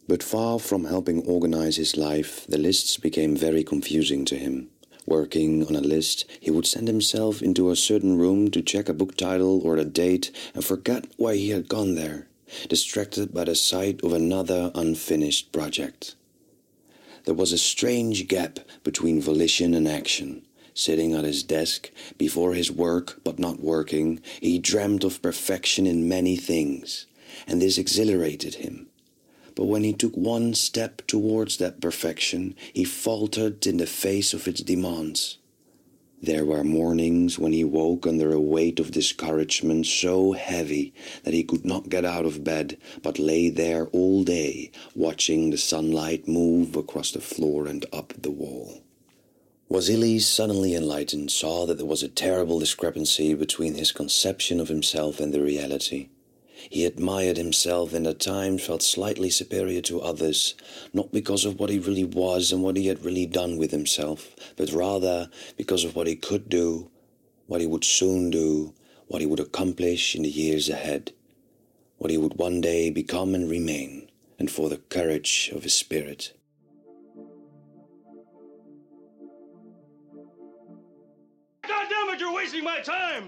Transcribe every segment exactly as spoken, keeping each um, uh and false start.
But far from helping organize his life, the lists became very confusing to him. Working on a list, he would send himself into a certain room to check a book title or a date and forget why he had gone there, distracted by the sight of another unfinished project. There was a strange gap between volition and action. Sitting at his desk, before his work but not working, he dreamt of perfection in many things, and this exhilarated him. But when he took one step towards that perfection, he faltered in the face of its demands. There were mornings when he woke under a weight of discouragement so heavy that he could not get out of bed, but lay there all day, watching the sunlight move across the floor and up the wall. Wassily, suddenly enlightened, saw that there was a terrible discrepancy between his conception of himself and the reality. He admired himself and at times felt slightly superior to others, not because of what he really was and what he had really done with himself, but rather because of what he could do, what he would soon do, what he would accomplish in the years ahead, what he would one day become and remain, and for the courage of his spirit. God damn it, you're wasting my time!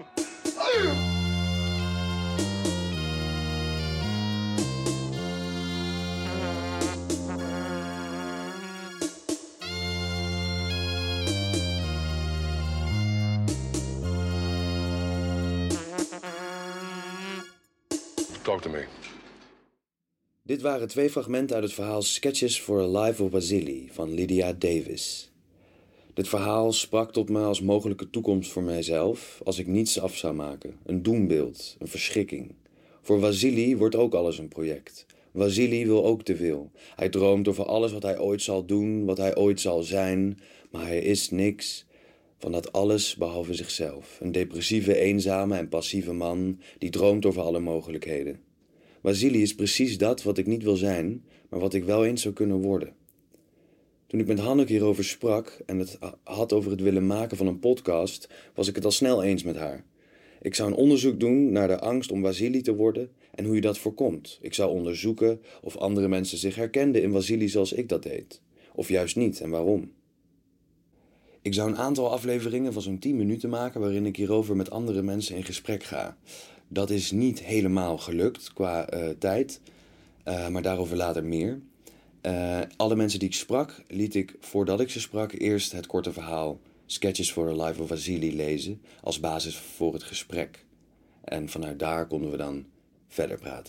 Talk to me. Dit waren twee fragmenten uit het verhaal Sketches for a Life of Wassily van Lydia Davis. Dit verhaal sprak tot me als mogelijke toekomst voor mijzelf als ik niets af zou maken. Een doembeeld, een verschrikking. Voor Wassily wordt ook alles een project. Wassily wil ook te veel. Hij droomt over alles wat hij ooit zal doen, wat hij ooit zal zijn, maar hij is niks van dat alles behalve zichzelf. Een depressieve, eenzame en passieve man die droomt over alle mogelijkheden. Wassily is precies dat wat ik niet wil zijn, maar wat ik wel eens zou kunnen worden. Toen ik met Hanneke hierover sprak en het had over het willen maken van een podcast, was ik het al snel eens met haar. Ik zou een onderzoek doen naar de angst om Wassily te worden en hoe je dat voorkomt. Ik zou onderzoeken of andere mensen zich herkenden in Wassily zoals ik dat deed. Of juist niet en waarom. Ik zou een aantal afleveringen van zo'n tien minuten maken waarin ik hierover met andere mensen in gesprek ga. Dat is niet helemaal gelukt qua uh, tijd, uh, maar daarover later meer. Uh, alle mensen die ik sprak, liet ik voordat ik ze sprak eerst het korte verhaal Sketches for a Life of Wassily lezen als basis voor het gesprek. En vanuit daar konden we dan verder praten.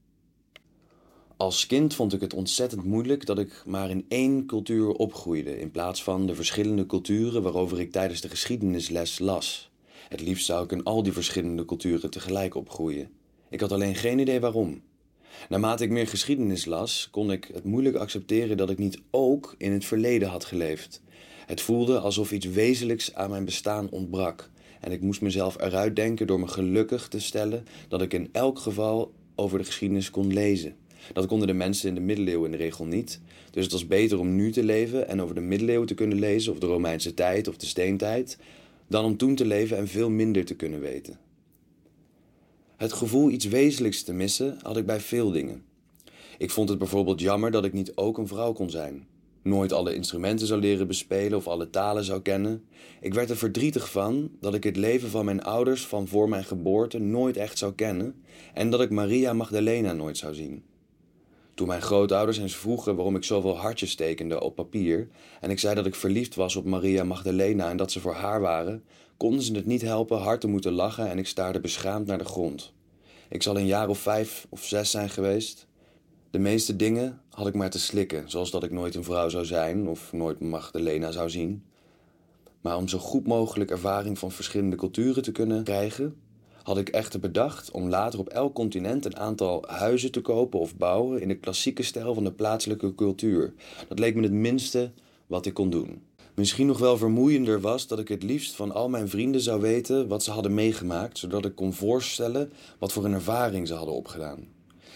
Als kind vond ik het ontzettend moeilijk dat ik maar in één cultuur opgroeide, in plaats van de verschillende culturen waarover ik tijdens de geschiedenisles las. Het liefst zou ik in al die verschillende culturen tegelijk opgroeien. Ik had alleen geen idee waarom. Naarmate ik meer geschiedenis las, kon ik het moeilijk accepteren dat ik niet ook in het verleden had geleefd. Het voelde alsof iets wezenlijks aan mijn bestaan ontbrak. En ik moest mezelf eruit denken door me gelukkig te stellen dat ik in elk geval over de geschiedenis kon lezen. Dat konden de mensen in de middeleeuwen in de regel niet. Dus het was beter om nu te leven en over de middeleeuwen te kunnen lezen, of de Romeinse tijd of de steentijd, dan om toen te leven en veel minder te kunnen weten. Het gevoel iets wezenlijks te missen had ik bij veel dingen. Ik vond het bijvoorbeeld jammer dat ik niet ook een vrouw kon zijn. Nooit alle instrumenten zou leren bespelen of alle talen zou kennen. Ik werd er verdrietig van dat ik het leven van mijn ouders van voor mijn geboorte nooit echt zou kennen en dat ik Maria Magdalena nooit zou zien. Toen mijn grootouders eens vroegen waarom ik zoveel hartjes tekende op papier en ik zei dat ik verliefd was op Maria Magdalena en dat ze voor haar waren, konden ze het niet helpen hard te moeten lachen en ik staarde beschaamd naar de grond. Ik zal een jaar of vijf of zes zijn geweest. De meeste dingen had ik maar te slikken, zoals dat ik nooit een vrouw zou zijn of nooit Magdalena zou zien. Maar om zo goed mogelijk ervaring van verschillende culturen te kunnen krijgen, had ik echter bedacht om later op elk continent een aantal huizen te kopen of bouwen in de klassieke stijl van de plaatselijke cultuur. Dat leek me het minste wat ik kon doen. Misschien nog wel vermoeiender was dat ik het liefst van al mijn vrienden zou weten wat ze hadden meegemaakt, zodat ik kon voorstellen wat voor een ervaring ze hadden opgedaan.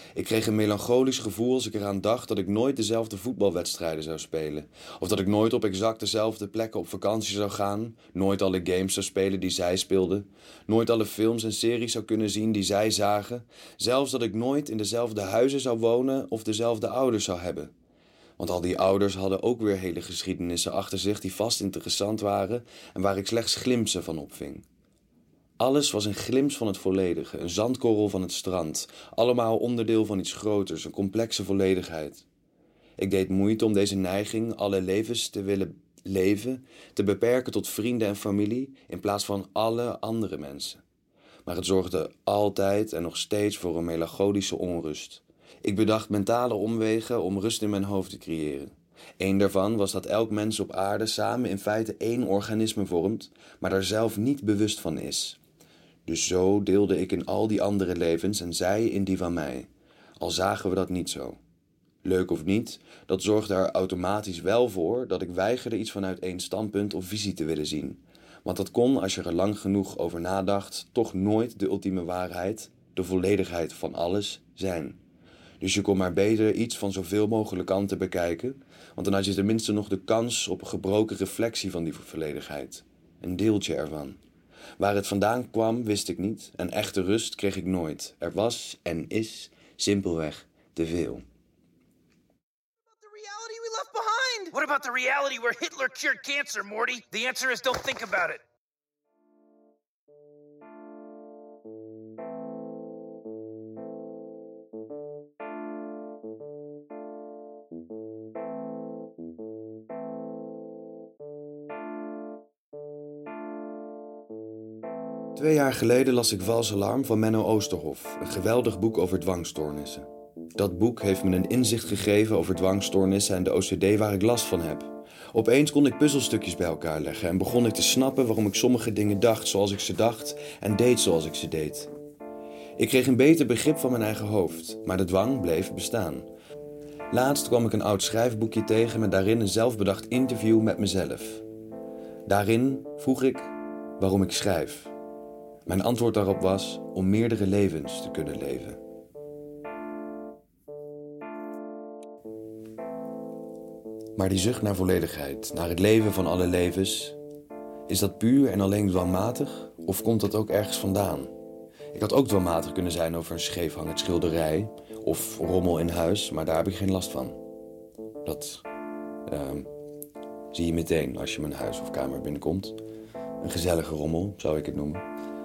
Ik kreeg een melancholisch gevoel als ik eraan dacht dat ik nooit dezelfde voetbalwedstrijden zou spelen. Of dat ik nooit op exact dezelfde plekken op vakantie zou gaan. Nooit alle games zou spelen die zij speelden. Nooit alle films en series zou kunnen zien die zij zagen. Zelfs dat ik nooit in dezelfde huizen zou wonen of dezelfde ouders zou hebben. Want al die ouders hadden ook weer hele geschiedenissen achter zich die vast interessant waren en waar ik slechts glimsen van opving. Alles was een glimp van het volledige, een zandkorrel van het strand. Allemaal onderdeel van iets groters, een complexe volledigheid. Ik deed moeite om deze neiging, alle levens te willen leven, te beperken tot vrienden en familie, in plaats van alle andere mensen. Maar het zorgde altijd en nog steeds voor een melancholische onrust. Ik bedacht mentale omwegen om rust in mijn hoofd te creëren. Eén daarvan was dat elk mens op aarde samen in feite één organisme vormt, maar daar zelf niet bewust van is. Dus zo deelde ik in al die andere levens en zij in die van mij. Al zagen we dat niet zo. Leuk of niet, dat zorgde er automatisch wel voor dat ik weigerde iets vanuit één standpunt of visie te willen zien. Want dat kon, als je er lang genoeg over nadacht, toch nooit de ultieme waarheid, de volledigheid van alles, zijn. Dus je kon maar beter iets van zoveel mogelijk kanten bekijken, want dan had je tenminste nog de kans op een gebroken reflectie van die volledigheid. Een deeltje ervan. Waar het vandaan kwam, wist ik niet, en echte rust kreeg ik nooit. Er was en is simpelweg te veel. What about the reality where Hitler cured cancer, Morty? The answer is don't think about it. Twee jaar geleden las ik Vals Alarm van Menno Oosterhoff, een geweldig boek over dwangstoornissen. Dat boek heeft me een inzicht gegeven over dwangstoornissen en de O C D waar ik last van heb. Opeens kon ik puzzelstukjes bij elkaar leggen en begon ik te snappen waarom ik sommige dingen dacht zoals ik ze dacht en deed zoals ik ze deed. Ik kreeg een beter begrip van mijn eigen hoofd, maar de dwang bleef bestaan. Laatst kwam ik een oud schrijfboekje tegen met daarin een zelfbedacht interview met mezelf. Daarin vroeg ik waarom ik schrijf. Mijn antwoord daarop was om meerdere levens te kunnen leven. Maar die zucht naar volledigheid, naar het leven van alle levens, is dat puur en alleen dwangmatig of komt dat ook ergens vandaan? Ik had ook dwangmatig kunnen zijn over een scheefhangend schilderij of rommel in huis, maar daar heb ik geen last van. Dat uh, zie je meteen als je mijn huis of kamer binnenkomt. Een gezellige rommel, zou ik het noemen.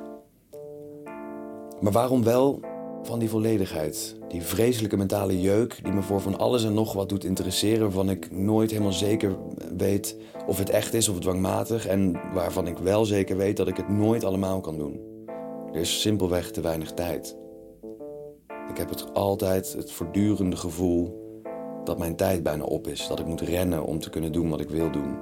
Maar waarom wel van die volledigheid? Die vreselijke mentale jeuk die me voor van alles en nog wat doet interesseren, waarvan ik nooit helemaal zeker weet of het echt is of dwangmatig en waarvan ik wel zeker weet dat ik het nooit allemaal kan doen. Er is simpelweg te weinig tijd. Ik heb het altijd het voortdurende gevoel dat mijn tijd bijna op is, dat ik moet rennen om te kunnen doen wat ik wil doen.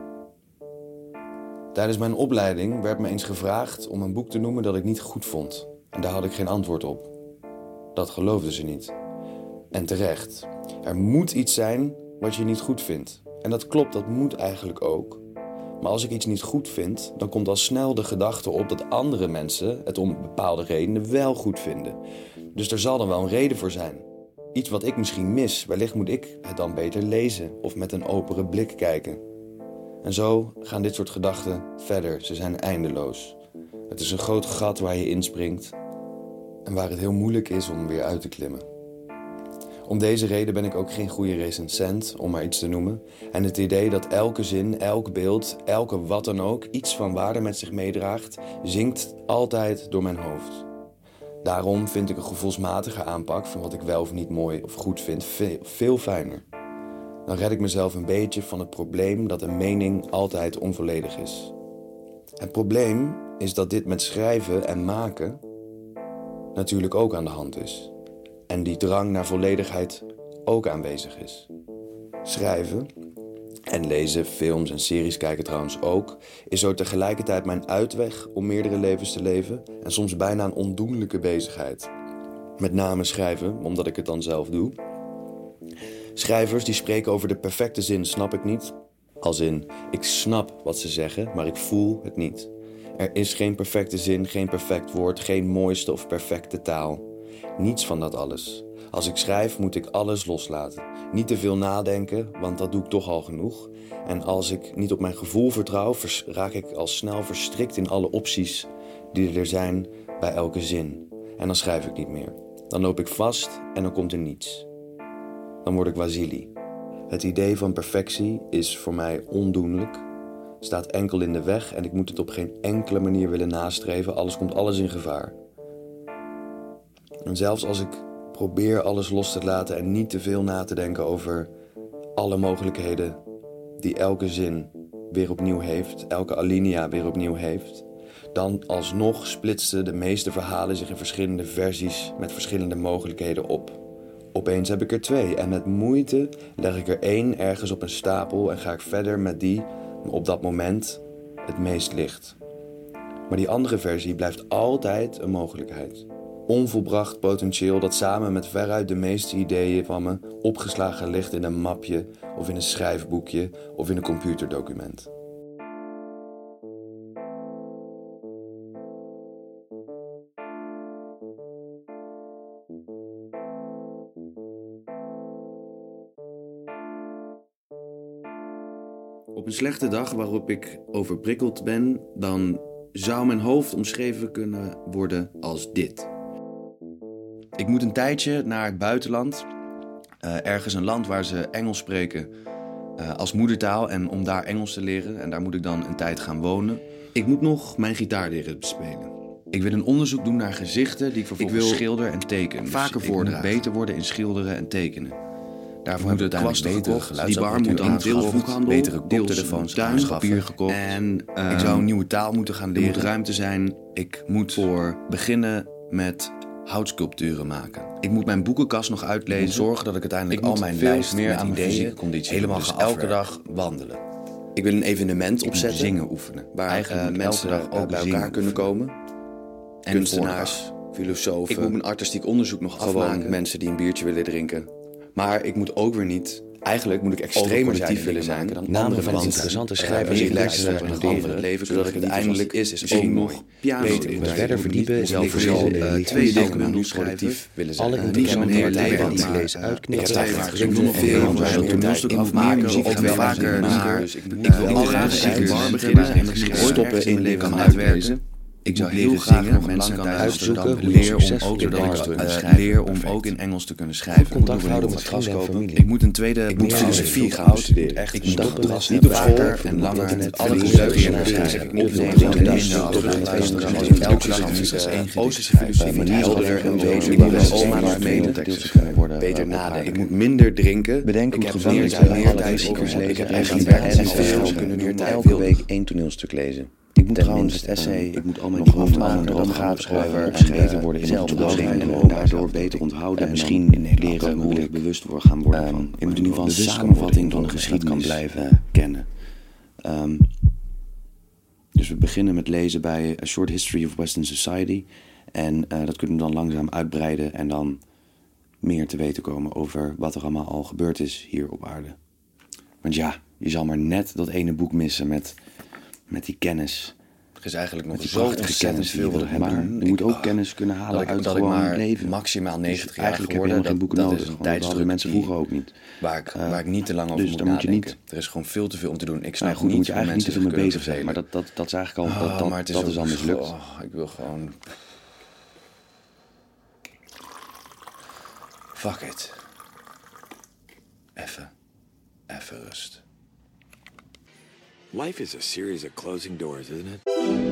Tijdens mijn opleiding werd me eens gevraagd om een boek te noemen dat ik niet goed vond. En daar had ik geen antwoord op. Dat geloofden ze niet. En terecht. Er moet iets zijn wat je niet goed vindt. En dat klopt, dat moet eigenlijk ook. Maar als ik iets niet goed vind, dan komt al snel de gedachte op dat andere mensen het om bepaalde redenen wel goed vinden. Dus er zal dan wel een reden voor zijn. Iets wat ik misschien mis. Wellicht moet ik het dan beter lezen of met een opere blik kijken. En zo gaan dit soort gedachten verder. Ze zijn eindeloos. Het is een groot gat waar je inspringt en waar het heel moeilijk is om weer uit te klimmen. Om deze reden ben ik ook geen goede recensent, om maar iets te noemen. En het idee dat elke zin, elk beeld, elke wat dan ook iets van waarde met zich meedraagt, zinkt altijd door mijn hoofd. Daarom vind ik een gevoelsmatige aanpak van wat ik wel of niet mooi of goed vind veel, veel fijner. Dan red ik mezelf een beetje van het probleem dat een mening altijd onvolledig is. Het probleem is dat dit met schrijven en maken natuurlijk ook aan de hand is. En die drang naar volledigheid ook aanwezig is. Schrijven en lezen, films en series kijken trouwens ook, is zo tegelijkertijd mijn uitweg om meerdere levens te leven en soms bijna een ondoenlijke bezigheid. Met name schrijven, omdat ik het dan zelf doe. Schrijvers die spreken over de perfecte zin snap ik niet. Als in, ik snap wat ze zeggen, maar ik voel het niet. Er is geen perfecte zin, geen perfect woord, geen mooiste of perfecte taal. Niets van dat alles. Als ik schrijf moet ik alles loslaten. Niet te veel nadenken, want dat doe ik toch al genoeg. En als ik niet op mijn gevoel vertrouw, vers- raak ik al snel verstrikt in alle opties die er zijn bij elke zin. En dan schrijf ik niet meer. Dan loop ik vast en dan komt er niets. Dan word ik Wasili. Het idee van perfectie is voor mij ondoenlijk. Staat enkel in de weg en ik moet het op geen enkele manier willen nastreven. Alles komt alles in gevaar. En zelfs als ik probeer alles los te laten en niet te veel na te denken over alle mogelijkheden die elke zin weer opnieuw heeft, elke alinea weer opnieuw heeft, dan alsnog splitsen de meeste verhalen zich in verschillende versies met verschillende mogelijkheden op. Opeens heb ik er twee en met moeite leg ik er één ergens op een stapel en ga ik verder met die op dat moment het meest ligt. Maar die andere versie blijft altijd een mogelijkheid. Onvolbracht potentieel dat samen met veruit de meeste ideeën van me opgeslagen ligt in een mapje of in een schrijfboekje of in een computerdocument. Op een slechte dag waarop ik overprikkeld ben, dan zou mijn hoofd omschreven kunnen worden als dit. Ik moet een tijdje naar het buitenland, uh, ergens een land waar ze Engels spreken uh, als moedertaal en om daar Engels te leren. En daar moet ik dan een tijd gaan wonen. Ik moet nog mijn gitaar leren bespelen. Ik wil een onderzoek doen naar gezichten die ik vervolgens schilder en teken. Vaker dus voordragen. Ik moet beter worden in schilderen en tekenen. Daarvoor heb ik het kwasten gekocht. Die bar moet dan deels boekhandel, betere koptelefoons, papier gekocht. En uh, ik zou een nieuwe taal moeten gaan leren. Er moet ruimte zijn. Ik moet voor beginnen met houtsculpturen maken. Ik moet mijn boekenkast nog uitlezen. Ik zorgen dat ik uiteindelijk ik al mijn lijst meer aan ideeën helemaal dus elke dag wandelen. Ik wil een evenement opzetten. Zingen oefenen. Waar eigenlijk uh, mensen elke dag ook bij elkaar kunnen komen. En kunstenaars, filosofen. Ik moet mijn artistiek onderzoek nog afmaken. Gewoon mensen die een biertje willen drinken. Maar ik moet ook weer niet... Eigenlijk moet ik extremer zijn willen zijn dan namen van interessante schrijvers die lekkerder en andere leven, zodat ik uiteindelijk is, is ook nog beter in verder verdiepen. Zelf vooral twee documenten collectief willen zijn. Alle interessante artikelen die ik lees uitknippen. Ik wil nog veel van een toneelstuk afmaken, ook wel vaker naar... Ik wil al graag een bar beginnen en stoppen in leven kan uitwerken. Ik zou heel graag nog mensen kan uitzoeken leer om ook in Engels te kunnen schrijven. Leer om ook in Engels te kunnen schrijven. Contact houden met vrienden en familie. Ik moet een tweede boek filosofie gaan studeren. Echt, ik moet dat niet op school en langer internet alles leuker schrijven. Ik moet elke dag Oosterse filosofie met helder en wezen. Ik moet met oma's medeteksten kunnen worden. Beter nadenken. Ik moet minder drinken. Bedenk hoe gevangenis meer tijd over leven en veel kunnen nu elke week één toneelstuk lezen. Ik moet trouwens het essay, ik moet al mijn nog afmaken, dat gaat over geschreven worden in zelfbewustzijn en daardoor beter onthouden en misschien leren hoe ik bewust word gaan worden van. Ik moet in ieder geval een samenvatting van de geschiedenis kan blijven kennen. Um, dus we beginnen met lezen bij A Short History of Western Society en uh, dat kunnen we dan langzaam uitbreiden en dan meer te weten komen over wat er allemaal al gebeurd is hier op aarde. Want ja, je zal maar net dat ene boek missen met... Met die kennis. Er is eigenlijk nog zo ontzettend veel wat ik hebben. Je moet ook ik, kennis kunnen halen ik, uit dat gewoon ik maar leven. Maximaal negentig dus jaar eigenlijk geworden. Heb je nog geen boeken dat, nodig. Dat is een dat mensen vroeger ook niet. Waar ik, uh, waar ik niet te lang over dus moet dan nadenken. Moet je niet, er is gewoon veel te veel om te doen. Ik snap nou goed, niet moet je eigenlijk niet te veel mee bezig zijn. Maar dat, dat, dat is eigenlijk al, oh, dat, dat, maar het is, dat ook, is al mislukt. Oh, ik wil gewoon... Fuck it. Even. Even rust. Life is a series of closing doors, isn't it?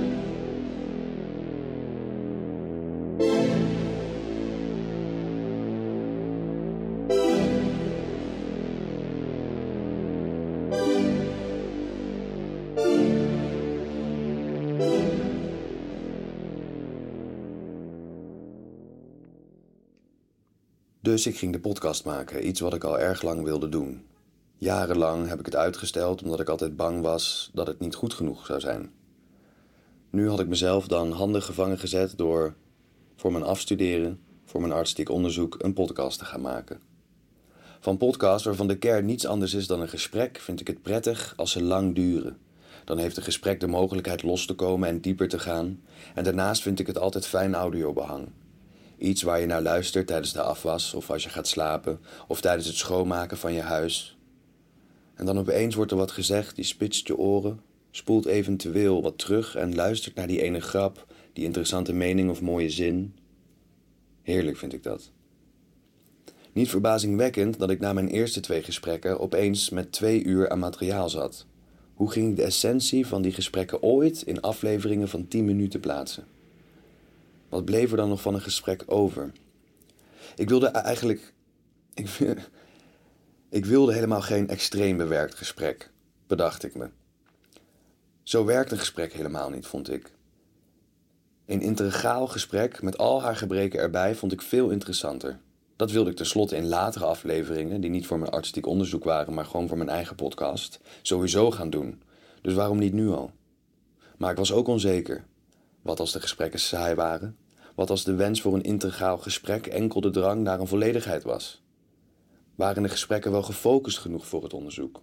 Dus ik ging de podcast maken, iets wat ik al erg lang wilde doen. Jarenlang heb ik het uitgesteld omdat ik altijd bang was dat het niet goed genoeg zou zijn. Nu had ik mezelf dan handig gevangen gezet door voor mijn afstuderen, voor mijn artistiek onderzoek, een podcast te gaan maken. Van podcasts waarvan de kern niets anders is dan een gesprek vind ik het prettig als ze lang duren. Dan heeft een gesprek de mogelijkheid los te komen en dieper te gaan. En daarnaast vind ik het altijd fijn audiobehang. Iets waar je naar luistert tijdens de afwas of als je gaat slapen of tijdens het schoonmaken van je huis. En dan opeens wordt er wat gezegd, die spitst je oren, spoelt eventueel wat terug en luistert naar die ene grap, die interessante mening of mooie zin. Heerlijk vind ik dat. Niet verbazingwekkend dat ik na mijn eerste twee gesprekken opeens met twee uur aan materiaal zat. Hoe ging ik de essentie van die gesprekken ooit in afleveringen van tien minuten plaatsen? Wat bleef er dan nog van een gesprek over? Ik wilde eigenlijk... Ik, ik wilde helemaal geen extreem bewerkt gesprek, bedacht ik me. Zo werkt een gesprek helemaal niet, vond ik. Een integraal gesprek met al haar gebreken erbij vond ik veel interessanter. Dat wilde ik tenslotte in latere afleveringen, die niet voor mijn artistiek onderzoek waren, maar gewoon voor mijn eigen podcast, sowieso gaan doen. Dus waarom niet nu al? Maar ik was ook onzeker. Wat als de gesprekken saai waren? Wat als de wens voor een integraal gesprek enkel de drang naar een volledigheid was? Waren de gesprekken wel gefocust genoeg voor het onderzoek?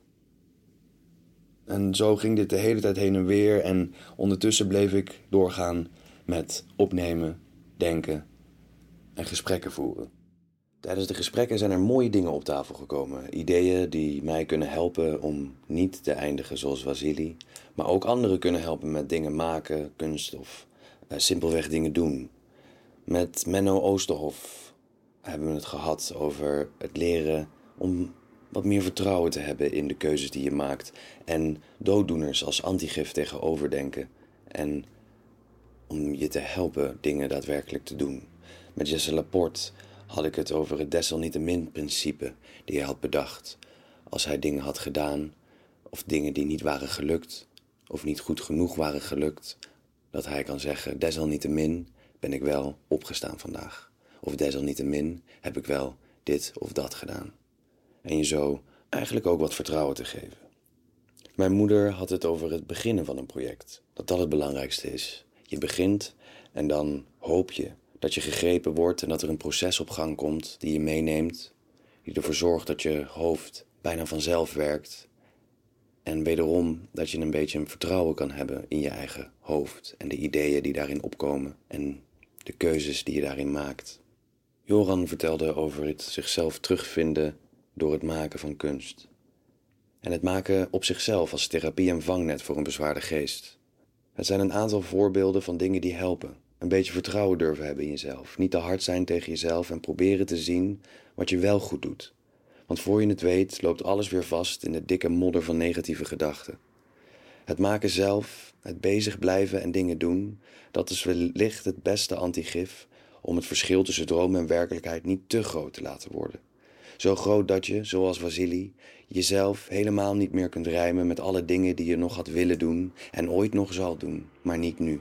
En zo ging dit de hele tijd heen en weer en ondertussen bleef ik doorgaan met opnemen, denken en gesprekken voeren. Tijdens de gesprekken zijn er mooie dingen op tafel gekomen. Ideeën die mij kunnen helpen om niet te eindigen zoals Wassily, maar ook anderen kunnen helpen met dingen maken, kunst of uh, simpelweg dingen doen. Met Menno Oosterhof hebben we het gehad over het leren om wat meer vertrouwen te hebben in de keuzes die je maakt en dooddoeners als antigif tegen overdenken en om je te helpen dingen daadwerkelijk te doen. Met Jesse Laporte had ik het over het desalniettemin-principe die hij had bedacht. Als hij dingen had gedaan, of dingen die niet waren gelukt, of niet goed genoeg waren gelukt, dat hij kan zeggen, desalniettemin ben ik wel opgestaan vandaag. Of desalniettemin heb ik wel dit of dat gedaan. En je zo eigenlijk ook wat vertrouwen te geven. Mijn moeder had het over het beginnen van een project. Dat dat het belangrijkste is. Je begint en dan hoop je dat je gegrepen wordt en dat er een proces op gang komt die je meeneemt, die ervoor zorgt dat je hoofd bijna vanzelf werkt. En wederom dat je een beetje een vertrouwen kan hebben in je eigen hoofd en de ideeën die daarin opkomen en de keuzes die je daarin maakt. Joran vertelde over het zichzelf terugvinden door het maken van kunst. En het maken op zichzelf als therapie en vangnet voor een bezwaarde geest. Het zijn een aantal voorbeelden van dingen die helpen. Een beetje vertrouwen durven hebben in jezelf. Niet te hard zijn tegen jezelf en proberen te zien wat je wel goed doet. Want voor je het weet loopt alles weer vast in de dikke modder van negatieve gedachten. Het maken zelf, het bezig blijven en dingen doen, dat is wellicht het beste antigif om het verschil tussen droom en werkelijkheid niet te groot te laten worden. Zo groot dat je, zoals Wassily, jezelf helemaal niet meer kunt rijmen met alle dingen die je nog had willen doen en ooit nog zal doen, maar niet nu.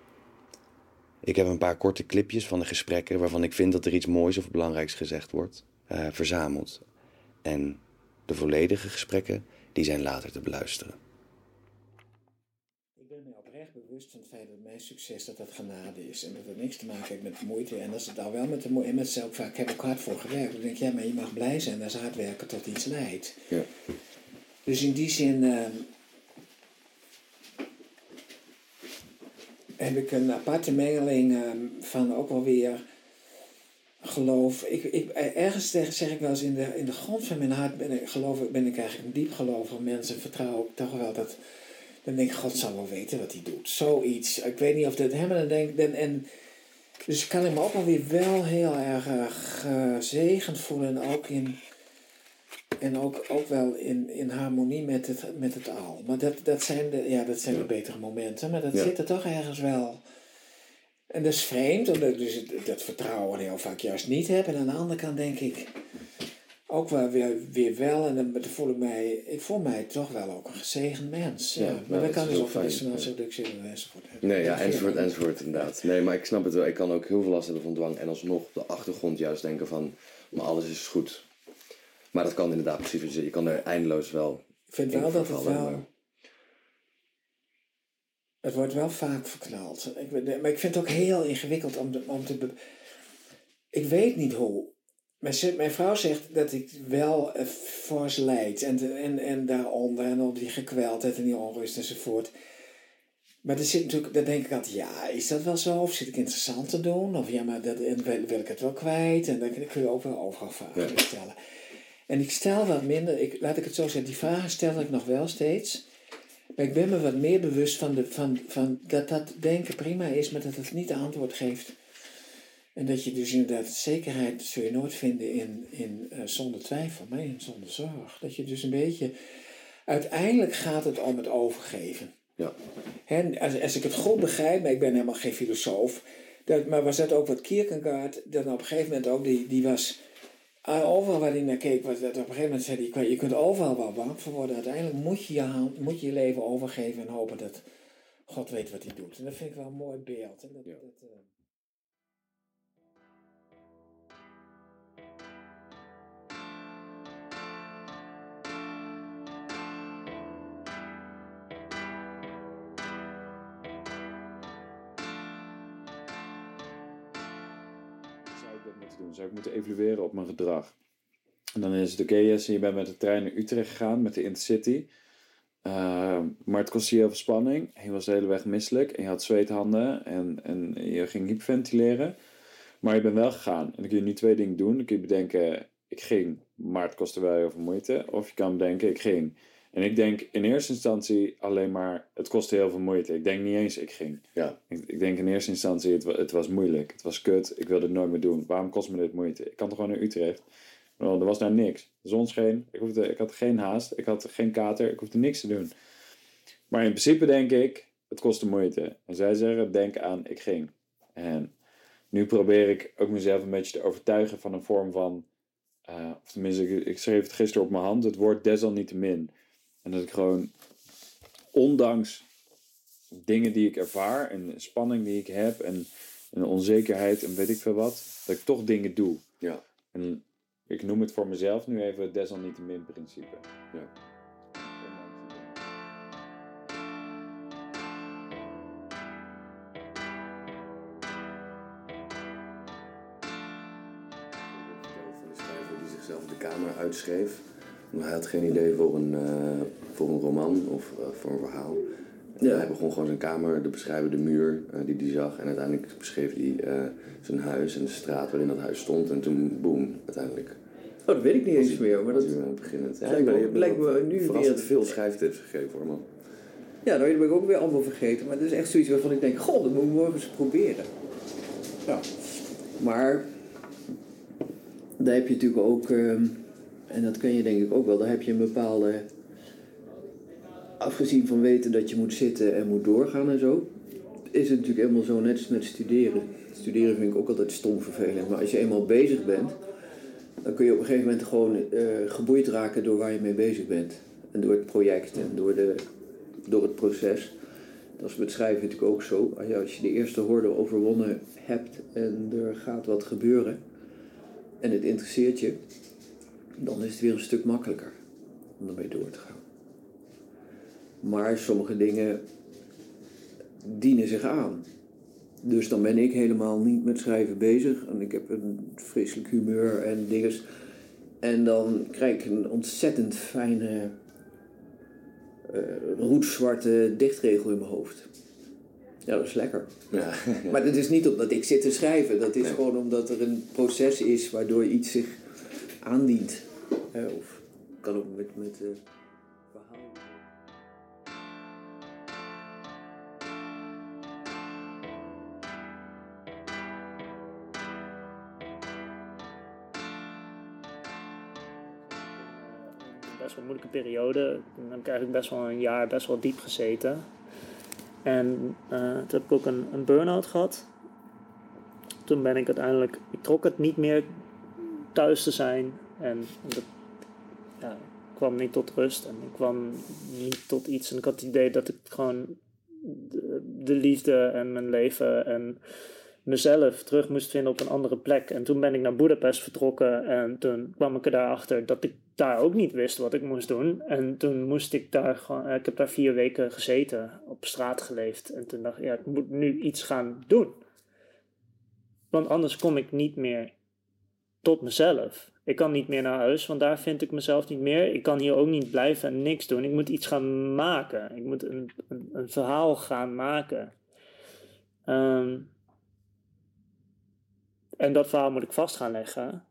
Ik heb een paar korte clipjes van de gesprekken waarvan ik vind dat er iets moois of belangrijks gezegd wordt, uh, verzameld. En de volledige gesprekken, die zijn later te beluisteren. Ik ben me oprecht bewust van het feit dat mijn succes dat dat genade is. En dat het niks te maken heeft met moeite. En als het dan wel met de moeite. En met zelf vaak heb ik hard voor gewerkt. Dan denk ik, ja, maar je mag blij zijn als hard werken tot iets leidt. Ja. Dus in die zin uh, heb ik een aparte mengeling uh, van ook wel weer geloof. Ik, ik, ergens zeg ik wel eens in de, in de grond van mijn hart ben ik, geloof, ben ik eigenlijk een diep gelovig mens en vertrouw ik toch wel dat. Dan denk ik, God zal wel weten wat hij doet. Zoiets. Ik weet niet of dat hem dan denkt. En, en, dus kan ik me ook alweer wel heel erg uh, gezegend voelen. En ook, in, en ook, ook wel in, in harmonie met het, met het al. Maar dat, dat zijn, de, ja, dat zijn ja. de betere momenten. Maar dat ja. zit er toch ergens wel. En dat is vreemd. Omdat ik dus dat vertrouwen heel vaak juist niet heb. En aan de andere kant denk ik ook wel weer, weer wel, en dan voel ik mij, ik voel mij toch wel ook een gezegend mens. Ja, ja, maar nou, dat kan dus ook van dissonantie enzovoort hebben. Nee, ja, enzovoort, enzovoort, inderdaad. Nee, maar ik snap het wel. Ik kan ook heel veel last hebben van dwang en alsnog op de achtergrond juist denken van, maar alles is goed. Maar dat kan inderdaad precies, je kan er eindeloos wel. Ik vind wel dat het wel. Maar het wordt wel vaak verknald. Ik, maar ik vind het ook heel ingewikkeld om, de, om te. Be, ik weet niet hoe. Mijn, mijn vrouw zegt dat ik wel uh, fors lijd en, en, en daaronder en op die gekweldheid en die onrust enzovoort. Maar er zit natuurlijk, dan denk ik altijd, ja, is dat wel zo? Of zit ik interessant te doen? Of ja, maar dat, en wil, wil ik het wel kwijt? En dan kun je ook wel overal vragen ja. stellen. En ik stel wat minder, ik, laat ik het zo zeggen, die vragen stel ik nog wel steeds. Maar ik ben me wat meer bewust van, de, van, van dat dat denken prima is, maar dat het niet de antwoord geeft. En dat je dus inderdaad zekerheid zul je nooit vinden in, in uh, zonder twijfel, maar in zonder zorg. Dat je dus een beetje, uiteindelijk gaat het om het overgeven. Ja. En als, als ik het goed begrijp, maar ik ben helemaal geen filosoof, dat, maar was dat ook wat Kierkegaard, dat op een gegeven moment ook, die, die was, overal waar hij naar keek, was dat op een gegeven moment zei hij, je kunt overal wel bang voor worden, uiteindelijk moet je je, hand, moet je, je leven overgeven en hopen dat God weet wat hij doet. En dat vind ik wel een mooi beeld. En dat, ja. dat, uh... doen. Zou ik moeten evalueren op mijn gedrag. En dan is het oké, okay, Jesse, je bent met de trein naar Utrecht gegaan, met de Intercity. Uh, maar het kostte je heel veel spanning. En je was de hele weg misselijk. En je had zweethanden. En, en je ging hyperventileren. Maar je bent wel gegaan. En dan kun je nu twee dingen doen. Dan kun je bedenken, ik ging, maar het kostte wel heel veel moeite. Of je kan bedenken, ik ging. En ik denk in eerste instantie alleen maar, het kostte heel veel moeite. Ik denk niet eens, ik ging. Ja. Ik, ik denk in eerste instantie, het, het was moeilijk. Het was kut. Ik wilde het nooit meer doen. Waarom kost me dit moeite? Ik kan toch gewoon naar Utrecht? Nou, er was nou niks. De zon scheen. Ik, hoefde, ik had geen haast. Ik had geen kater. Ik hoefde niks te doen. Maar in principe denk ik, het kostte moeite. En zij zeggen, denk aan, ik ging. En nu probeer ik ook mezelf een beetje te overtuigen van een vorm van, uh, of tenminste, ik, ik schreef het gisteren op mijn hand, het woord desalniettemin. En dat ik gewoon, ondanks dingen die ik ervaar en spanning die ik heb en, en onzekerheid en weet ik veel wat, dat ik toch dingen doe. Ja. En ik noem het voor mezelf nu even het desalniettemin principe. Ja. Van de schrijver die zichzelf de kamer uitschreef. Hij had geen idee voor een, uh, voor een roman of uh, voor een verhaal. Ja. Hij begon gewoon zijn kamer te beschrijven, de muur uh, die hij zag. En uiteindelijk beschreef hij uh, zijn huis en de straat waarin dat huis stond. En toen, boom, uiteindelijk. Oh, dat weet ik niet eens meer. Maar dat is beginnend. Ja, lijkt me, lijkt me nu verrassend weer veel schrijftips gegeven voor man. Ja, nou, dat ben ik ook weer allemaal vergeten. Maar het is echt zoiets waarvan ik denk, goh, dat moet ik morgen eens proberen. Ja. Maar daar heb je natuurlijk ook, uh, en dat ken je denk ik ook wel, daar heb je een bepaalde, afgezien van weten dat je moet zitten en moet doorgaan en zo, is het natuurlijk helemaal zo, net als met studeren. Studeren vind ik ook altijd stom vervelend, maar als je eenmaal bezig bent, dan kun je op een gegeven moment gewoon uh, geboeid raken door waar je mee bezig bent. En door het project en door, de, door het proces. Dat is met schrijven natuurlijk ook zo. Als je de eerste horde overwonnen hebt en er gaat wat gebeuren en het interesseert je, dan is het weer een stuk makkelijker om ermee door te gaan. Maar sommige dingen dienen zich aan. Dus dan ben ik helemaal niet met schrijven bezig. En ik heb een vreselijk humeur en dinges. En dan krijg ik een ontzettend fijne, uh, roetzwarte dichtregel in mijn hoofd. Ja, dat is lekker. Ja. Maar dat is niet omdat ik zit te schrijven. Dat is nee. gewoon omdat er een proces is waardoor iets zich aandient. Uh, of kan ook met, met uh, verhaal. Best wel een moeilijke periode. Dan heb ik eigenlijk best wel een jaar best wel diep gezeten. En uh, toen heb ik ook een, een burn-out gehad. Toen ben ik uiteindelijk, ik trok het niet meer thuis te zijn. En dat, ja, ik kwam niet tot rust en ik kwam niet tot iets. En ik had het idee dat ik gewoon de, de liefde en mijn leven en mezelf terug moest vinden op een andere plek. En toen ben ik naar Budapest vertrokken en toen kwam ik er daarachter dat ik daar ook niet wist wat ik moest doen. En toen moest ik daar gewoon, ik heb daar vier weken gezeten, op straat geleefd. En toen dacht ik, ja, ik moet nu iets gaan doen. Want anders kom ik niet meer tot mezelf. Ik kan niet meer naar huis, want daar vind ik mezelf niet meer. Ik kan hier ook niet blijven en niks doen. Ik moet iets gaan maken. Ik moet een, een, een verhaal gaan maken. Um, en dat verhaal moet ik vast gaan leggen.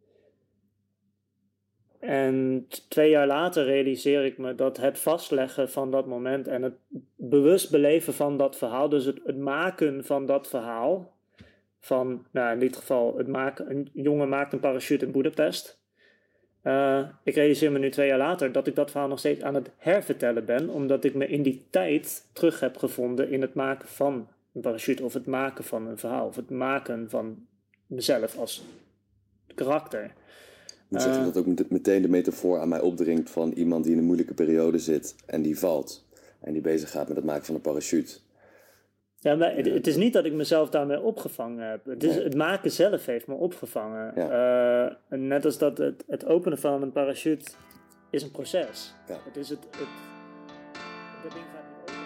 En twee jaar later realiseer ik me dat het vastleggen van dat moment en het bewust beleven van dat verhaal, dus het, het maken van dat verhaal, van, nou in dit geval, het maken, een jongen maakt een parachute in Boedapest. Uh, ik realiseer me nu twee jaar later dat ik dat verhaal nog steeds aan het hervertellen ben, omdat ik me in die tijd terug heb gevonden in het maken van een parachute, of het maken van een verhaal, of het maken van mezelf als karakter. Ik moet zeggen dat ook meteen de metafoor aan mij opdringt van iemand die in een moeilijke periode zit en die valt. En die bezig gaat met het maken van een parachute. Ja, maar het, het is niet dat ik mezelf daarmee opgevangen heb. Het, is, nee. Het maken zelf heeft me opgevangen. Ja. Uh, net als dat het, het openen van een parachute is een proces. Ja. Het is het... het dat ding gaat niet open.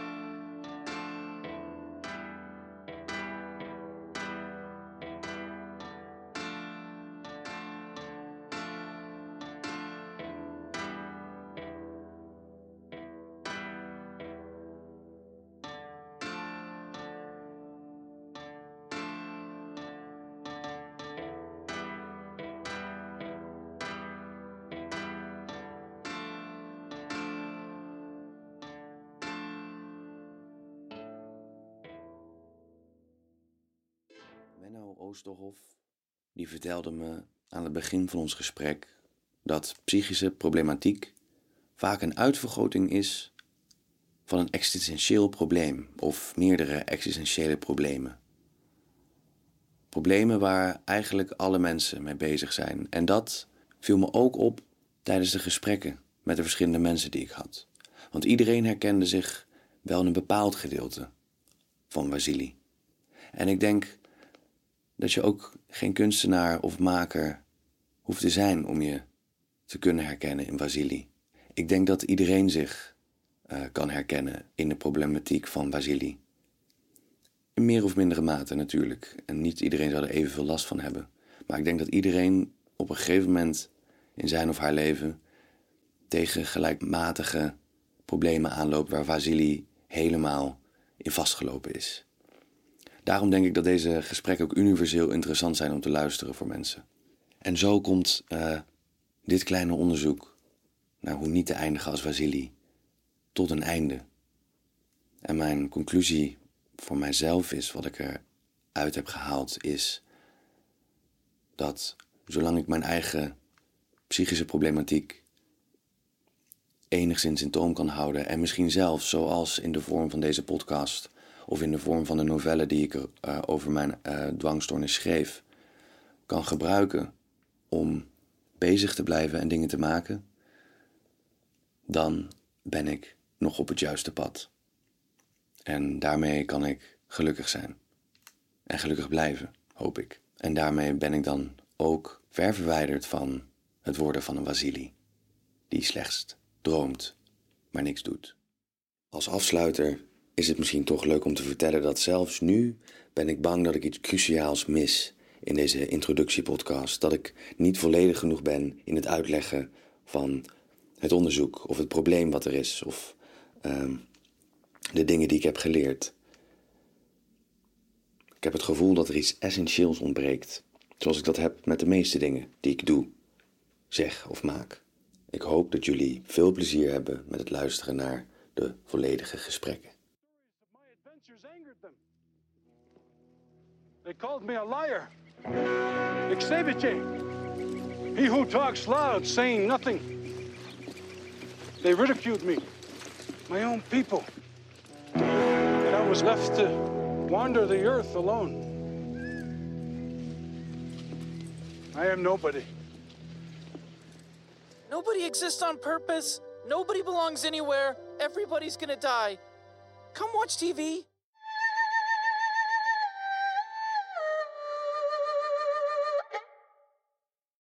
Menno Oosterhoff, die vertelde me aan het begin van ons gesprek dat psychische problematiek vaak een uitvergroting is van een existentieel probleem of meerdere existentiële problemen. Problemen waar eigenlijk alle mensen mee bezig zijn. En dat viel me ook op tijdens de gesprekken met de verschillende mensen die ik had. Want iedereen herkende zich wel in een bepaald gedeelte van Wassily. En ik denk dat je ook geen kunstenaar of maker hoeft te zijn om je te kunnen herkennen in Wassily. Ik denk dat iedereen zich uh, kan herkennen in de problematiek van Wassily. In meer of mindere mate natuurlijk. En niet iedereen zal er evenveel last van hebben. Maar ik denk dat iedereen op een gegeven moment in zijn of haar leven tegen gelijkmatige problemen aanloopt waar Wassily helemaal in vastgelopen is. Daarom denk ik dat deze gesprekken ook universeel interessant zijn om te luisteren voor mensen. En zo komt uh, dit kleine onderzoek naar hoe niet te eindigen als Wassily tot een einde. En mijn conclusie voor mijzelf is, wat ik eruit heb gehaald, is dat zolang ik mijn eigen psychische problematiek enigszins in toom kan houden en misschien zelfs, zoals in de vorm van deze podcast of in de vorm van de novelle die ik uh, over mijn uh, dwangstoornis schreef, kan gebruiken om bezig te blijven en dingen te maken, dan ben ik nog op het juiste pad. En daarmee kan ik gelukkig zijn. En gelukkig blijven, hoop ik. En daarmee ben ik dan ook ver verwijderd van het worden van een Wassily, die slechts droomt, maar niks doet. Als afsluiter is het misschien toch leuk om te vertellen dat zelfs nu ben ik bang dat ik iets cruciaals mis in deze introductiepodcast. Dat ik niet volledig genoeg ben in het uitleggen van het onderzoek of het probleem wat er is of uh, de dingen die ik heb geleerd. Ik heb het gevoel dat er iets essentieels ontbreekt, zoals ik dat heb met de meeste dingen die ik doe, zeg of maak. Ik hoop dat jullie veel plezier hebben met het luisteren naar de volledige gesprekken. They called me a liar. Xavier, he who talks loud, saying nothing. They ridiculed me, my own people. And I was left to wander the earth alone. I am nobody. Nobody exists on purpose. Nobody belongs anywhere. Everybody's gonna die. Come watch T V.